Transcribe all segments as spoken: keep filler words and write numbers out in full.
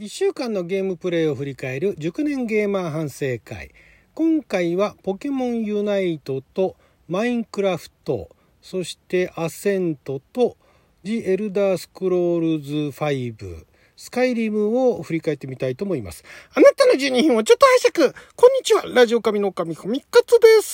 いっしゅうかんのゲームプレイを振り返る熟年ゲーマー反省会。今回はポケモンユナイトとマインクラフト、そしてアセントとジ・エルダースクロールズファイブ、スカイリムを振り返ってみたいと思います。あなたのじゅうにふんをちょっと拝借。こんにちは、ラジオ神の神ふみかつです。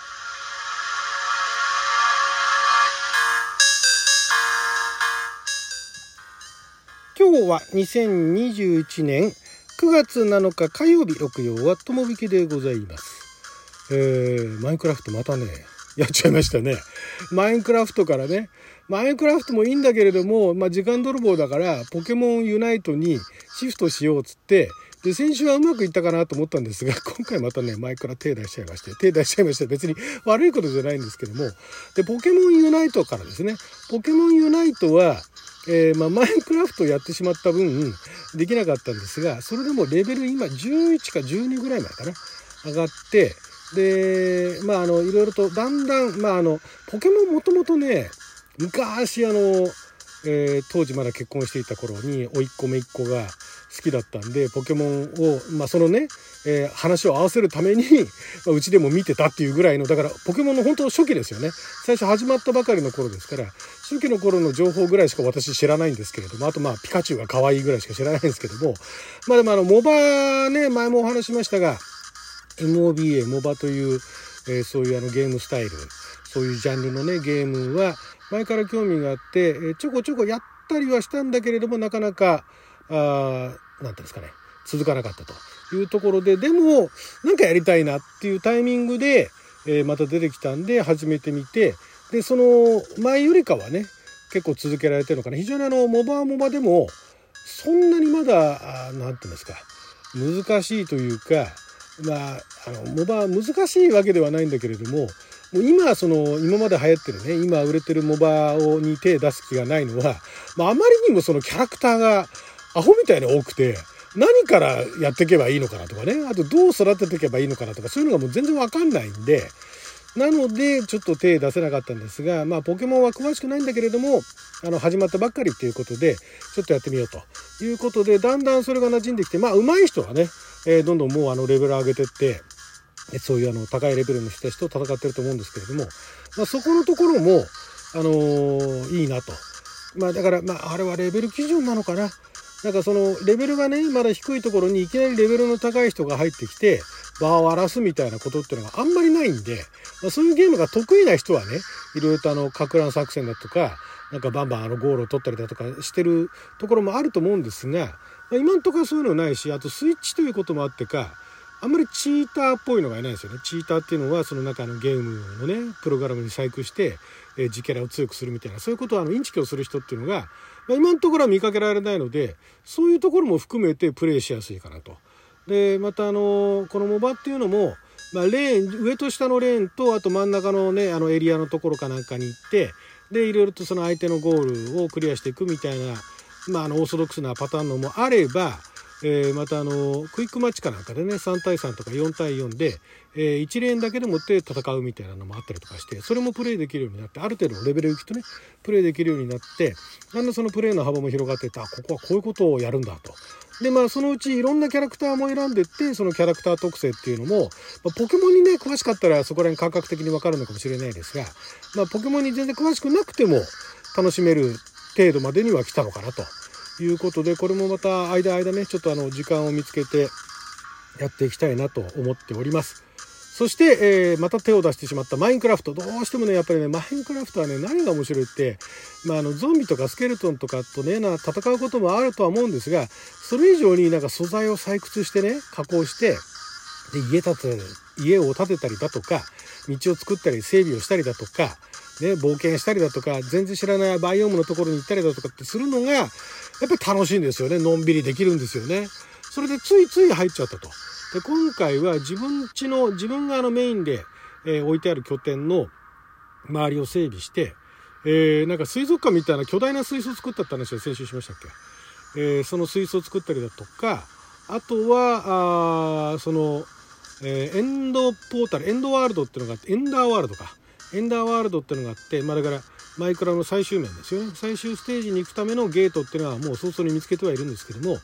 今日はにせんにじゅういちねんくがつなのか火曜日、六曜はともびきでございます。えー、マインクラフトまたねやっちゃいましたね。マインクラフトからね、マインクラフトもいいんだけれども、まあ、時間泥棒だからポケモンユナイトにシフトしようっつって、で先週はうまくいったかなと思ったんですが、今回またねマイクラ手出しちゃいまして手出しちゃいまして別に悪いことじゃないんですけども、でポケモンユナイトからですね、ポケモンユナイトはえーまあ、マインクラフトやってしまった分できなかったんですが、それでもレベル今じゅういちかじゅうにぐらいまでかな上がって、でまああのいろいろとだんだん、まああのポケモンもともとね昔あの、えー、当時まだ結婚していた頃に甥っ子姪っ子が好きだったんで、ポケモンを、まあ、そのね、えー、話を合わせるためにまあ、うちでも見てたっていうぐらいの、だからポケモンの本当初期ですよね。最初始まったばかりの頃ですから、初期の頃の情報ぐらいしか私知らないんですけれども、あとまあピカチュウが可愛いぐらいしか知らないんですけども、まあでもあのモバね、前もお話しましたが エムオービーエー モバという、えー、そういうあのゲームスタイル、そういうジャンルのねゲームは前から興味があって、えー、ちょこちょこやったりはしたんだけれども、なかなかあなんていうんですかね、続かなかったというところで、でもなんかやりたいなっていうタイミングで、えー、また出てきたんで始めてみて、でその前よりかはね結構続けられてるのかな。非常にあのモバはモバでもそんなにまだなんていうんですか、難しいというか、まああのモバは難しいわけではないんだけれども、もう今その今まで流行ってるね、今売れてるモバをに手出す気がないのは、まあ、あまりにもそのキャラクターがアホみたいに多くて、何からやっていけばいいのかなとかね、あとどう育てていけばいいのかなとか、そういうのがもう全然わかんないんで、なのでちょっと手出せなかったんですが、まあポケモンは詳しくないんだけれども、あの始まったばっかりっていうことでちょっとやってみようということで、だんだんそれが馴染んできて、まあ上手い人はね、えー、どんどんもうあのレベル上げてって、そういうあの高いレベルの人たちと戦ってると思うんですけれども、まあ、そこのところもあのー、いいなと。まあだからまああれはレベル基準なのかな。なんかそのレベルがねまだ低いところにいきなりレベルの高い人が入ってきて場を荒らすみたいなことっていうのがあんまりないんで、まあ、そういうゲームが得意な人はね、いろいろとあのか乱作戦だとか、なんかバンバンあのゴールを取ったりだとかしてるところもあると思うんですが、まあ、今んところそういうのないし、あとスイッチということもあってか、あんまりチーターっぽいのがいないんですよね。チーターっていうのはその中のゲームのねプログラムに細工して、えー、自キャラを強くするみたいな、そういうことをあのインチキをする人っていうのが、まあ、今のところは見かけられないので、そういうところも含めてプレイしやすいかなと。でまたあのこのモバっていうのも、まあ、レーン上と下のレーンと、あと真ん中のねあのエリアのところかなんかに行って、でいろいろとその相手のゴールをクリアしていくみたいな、まあ、あのオーソドックスなパターンのもあれば、えー、またあのクイックマッチかなんかでねさん対さんとかよん対よんで、えー、いちレーンだけでもって戦うみたいなのもあったりとかして、それもプレイできるようになって、ある程度のレベルいくとねプレイできるようになって、だんだんそのプレイの幅も広がっていって、あここはこういうことをやるんだと。でまあそのうちいろんなキャラクターも選んでって、そのキャラクター特性っていうのも、まあ、ポケモンにね詳しかったらそこら辺感覚的に分かるのかもしれないですが、まあ、ポケモンに全然詳しくなくても楽しめる程度までには来たのかなということで、これもまた間間ねちょっとあの時間を見つけてやっていきたいなと思っております。そして、えー、また手を出してしまったマインクラフト。どうしてもねやっぱりねマインクラフトはね何が面白いって、まあ、あのゾンビとかスケルトンとかとねな戦うこともあるとは思うんですが、それ以上になんか素材を採掘してね加工して、で家建て家を建てたりだとか、道を作ったり整備をしたりだとかね、冒険したりだとか、全然知らないバイオームのところに行ったりだとかってするのがやっぱり楽しいんですよね。のんびりできるんですよね。それでついつい入っちゃったと。で今回は自分家の自分があのメインで、えー、置いてある拠点の周りを整備して、えー、なんか水族館みたいな巨大な水槽を作ったって話を先週しましたっけ、えー、その水槽を作ったりだとか、あとはあその、えー、エンドポータルエンドワールドっていうのがあって、エンダーワールドかエンダーワールドっていうのがあって、まあだからマイクラの最終面ですよね。最終ステージに行くためのゲートっていうのはもう早々に見つけてはいるんですけども、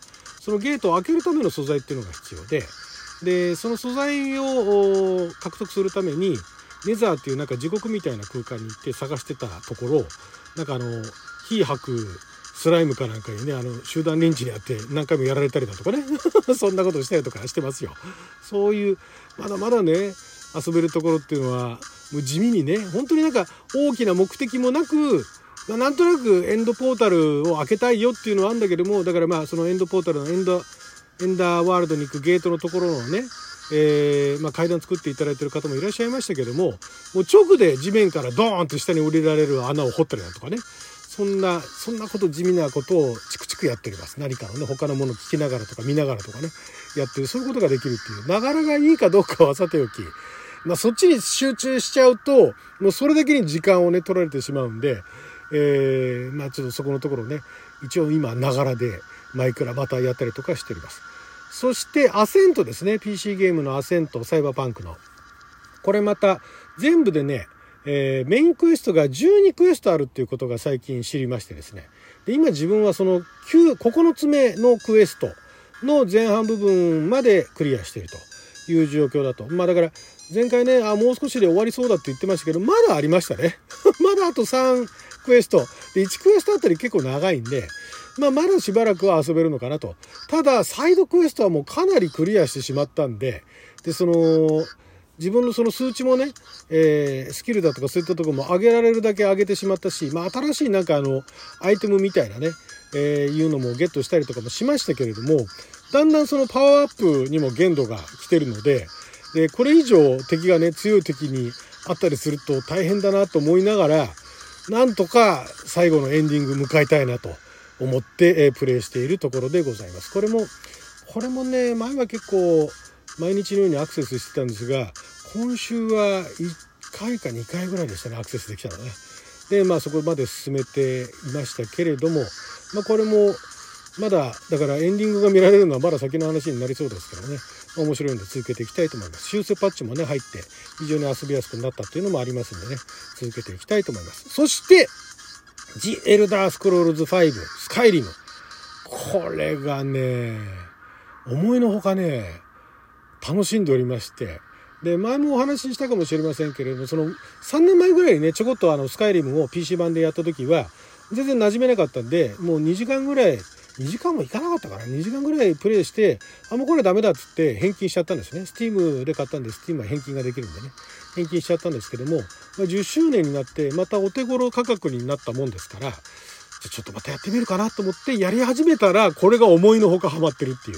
そのゲートを開けるための素材っていうのが必要で、でその素材を獲得するためにネザーっていうなんか地獄みたいな空間に行って探してたところ、なんかあの火吐くスライムかなんかにね、あの集団リンチにあって何回もやられたりだとかねそんなことしたりとかしてますよ。そういうまだまだね遊べるところっていうのはもう地味にね、本当になんか大きな目的もなく、まあ、なんとなくエンドポータルを開けたいよっていうのはあるんだけども、だからまあそのエンドポータルのエンドエンダーワールドに行くゲートのところのね、えーまあ、階段作っていただいてる方もいらっしゃいましたけども、もう直で地面からドーンと下に降りられる穴を掘ったりだとかね、そんなそんなこと地味なことをチクチクやっております。何かのね他のものを聞きながらとか見ながらとかねやってる、そういうことができるっていう、ながらがいいかどうかはさておき、まあ、そっちに集中しちゃうともうそれだけに時間をね取られてしまうんで、えー、まあちょっとそこのところね一応今ながらでマイクラまたやったりとかしております。そしてアセントですね、 ピーシー ゲームのアセント、サイバーパンクのこれまた全部でね、えー、メインクエストがじゅうにクエストあるっていうことが最近知りましてですね、で今自分はそのきゅう、ここのつめのクエストの前半部分までクリアしているという状況だと。まあだから前回ね、あもう少しで終わりそうだって言ってましたけど、まだありましたねまだあとさんクエストでいちクエストあたり結構長いんで、まあまだしばらくは遊べるのかなと。ただサイドクエストはもうかなりクリアしてしまったんで、でその自分のその数値もね、えー、スキルだとかそういったところも上げられるだけ上げてしまったし、まあ新しいなんかあのアイテムみたいなね、えー、いうのもゲットしたりとかもしましたけれども、だんだんそのパワーアップにも限度が来てるので、でこれ以上敵がね強い敵にあったりすると大変だなと思いながら、なんとか最後のエンディング迎えたいなと思って、えー、プレイしているところでございます。これもこれもね前は結構毎日のようにアクセスしてたんですが、今週はいっかいかにかいぐらいでしたね、アクセスできたのね。でまあそこまで進めていましたけれども、まあこれもまだだからエンディングが見られるのはまだ先の話になりそうですけどね、まあ、面白いので続けていきたいと思います。修正パッチもね入って非常に遊びやすくなったっていうのもありますんでね、続けていきたいと思います。そしてジ・エルダースクロールズファイブスカイリム、これがね思いのほかね楽しんでおりまして、で前もお話ししたかもしれませんけれども、そのさんねんまえぐらいにねちょこっとあのスカイリムを ピーシー 版でやった時は全然馴染めなかったんで、もうにじかんぐらいにじかんもいかなかったかな、にじかんぐらいプレイして、あもうこれダメだっつって返金しちゃったんですね。 Steam で買ったんで Steam は返金ができるんでね返金しちゃったんですけども、まあ、じゅっしゅうねんになってまたお手頃価格になったもんですから、じゃあちょっとまたやってみるかなと思ってやり始めたら、これが思いのほかハマってるっていう。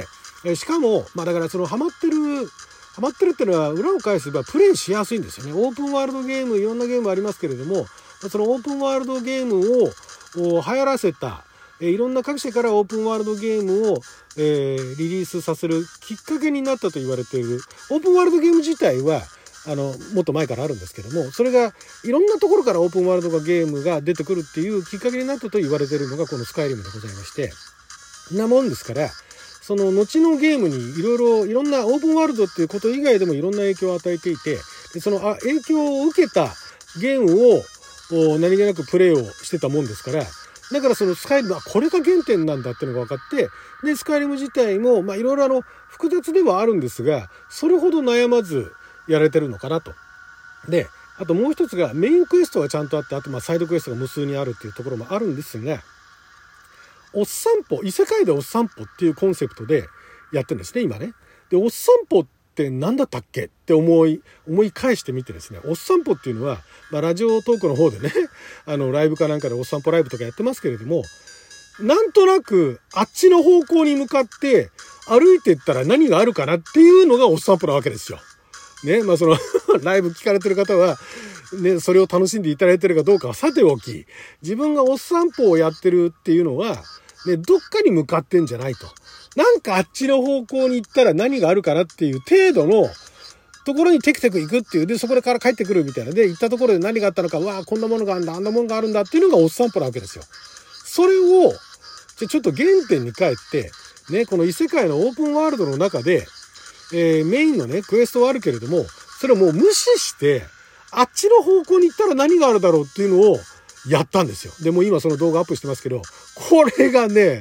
でしかもまあだからそのハマってるハマってるっていうのは裏を返せばプレイしやすいんですよね。オープンワールドゲームいろんなゲームありますけれども、そのオープンワールドゲームを流行らせたいろんな各社からオープンワールドゲームを、えー、リリースさせるきっかけになったと言われている。オープンワールドゲーム自体はあのもっと前からあるんですけども、それがいろんなところからオープンワールドゲームが出てくるっていうきっかけになったと言われているのがこのスカイリムでございまして、なもんですから、その後のゲームにいろいろいろんなオープンワールドっていうこと以外でもいろんな影響を与えていて、でそのあ影響を受けたゲームを何気なくプレイをしてたもんですから、だからそのスカイリムはこれが原点なんだっていうのが分かって、でスカイリム自体もまあいろいろあの複雑ではあるんですが、それほど悩まずやれてるのかなと。であともう一つがメインクエストがちゃんとあって、あとまあサイドクエストが無数にあるっていうところもあるんですが、おっさんぽ異世界でおっさんぽっていうコンセプトでやってるんですね今ね。でおっさんぽって何だったっけって思い思い返してみてですね、おっさんぽっていうのは、まあ、ラジオトークの方でねあのライブかなんかでおっさんぽライブとかやってますけれども、なんとなくあっちの方向に向かって歩いていったら何があるかなっていうのがおっさんぽなわけですよ。ね、まあそのライブ聞かれてる方はね、それを楽しんでいただいてるかどうかはさておき、自分がおっさんぽをやってるっていうのは、ね、どっかに向かってんじゃないと。なんかあっちの方向に行ったら何があるかなっていう程度のところにテクテク行くっていう。で、そこから帰ってくるみたいな。で、行ったところで何があったのか、わあ、こんなものがあるんだ、あんなものがあるんだっていうのがおっさんぽなわけですよ。それを、じゃちょっと原点に帰って、ね、この異世界のオープンワールドの中で、えー、メインのね、クエストはあるけれども、それをもう無視して、あっちの方向に行ったら何があるだろうっていうのをやったんですよ。でも今その動画アップしてますけど、これがね、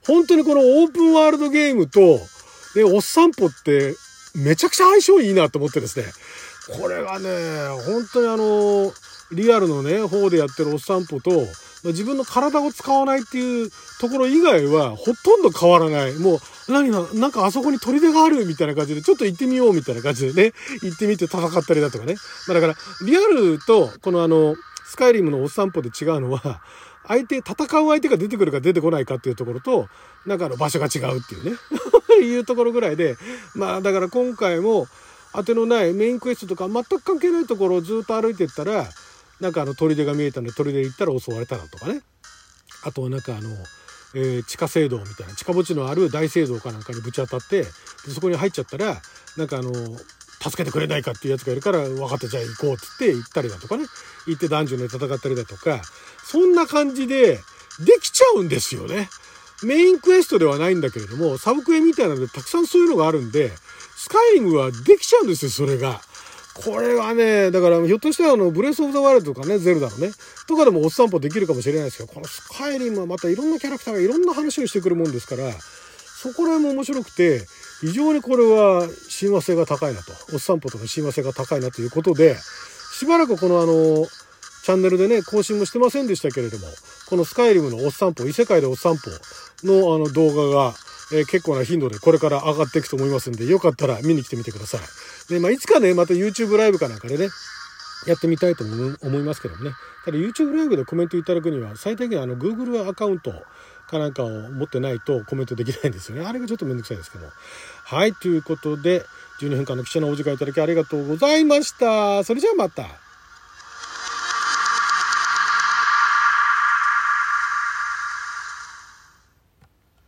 本当にこのオープンワールドゲームと、で、おっさんぽってめちゃくちゃ相性いいなと思ってですね。これがね、本当にあの、リアルのね、方でやってるおっさんぽと、自分の体を使わないっていうところ以外はほとんど変わらない。もう、何な、なんかあそこに砦があるみたいな感じで、ちょっと行ってみようみたいな感じでね、行ってみて戦ったりだとかね。まあだから、リアルと、このあの、スカイリムのおっさんぽで違うのは、相手、戦う相手が出てくるか出てこないかっていうところと、なんかあの場所が違うっていうね、いうところぐらいで、まあだから今回も、当てのないメインクエストとか全く関係ないところをずっと歩いていったら、なんかあの砦が見えたんで砦行ったら襲われたのとかね。あとはなんかあの、えー、地下聖堂みたいな、地下墓地のある大聖堂かなんかにぶち当たって、でそこに入っちゃったら、なんかあの、助けてくれないかっていうやつがいるから、分かったじゃあ行こうって言って行ったりだとかね。行ってダンジョンで戦ったりだとか、そんな感じでできちゃうんですよね。メインクエストではないんだけれども、サブクエみたいなのでたくさんそういうのがあるんで、スカイリムはできちゃうんですよ、それが。これはね、だからひょっとしたらあの、ブレスオブザワールドとかね、ゼルダのね、とかでもおっさんぽできるかもしれないですけど、このスカイリムはまたいろんなキャラクターがいろんな話をしてくるもんですから、そこら辺も面白くて、非常にこれは親和性が高いなと、おっさんぽとの親和性が高いなということで、しばらくこのあの、チャンネルでね、更新もしてませんでしたけれども、このスカイリムのおっさんぽ、異世界でおっさんぽのあの動画が、えー、結構な頻度でこれから上がっていくと思いますんで、よかったら見に来てみてください。で、まあ、いつかね、また YouTube ライブかなんかでね、やってみたいと思いますけどもね。ただ YouTube ライブでコメントいただくには、最低限あの Google アカウントかなんかを持ってないとコメントできないんですよね。あれがちょっとめんどくさいですけど。はい、ということで、じゅうにふんかんの記者のお時間いただきありがとうございました。それじゃあまた。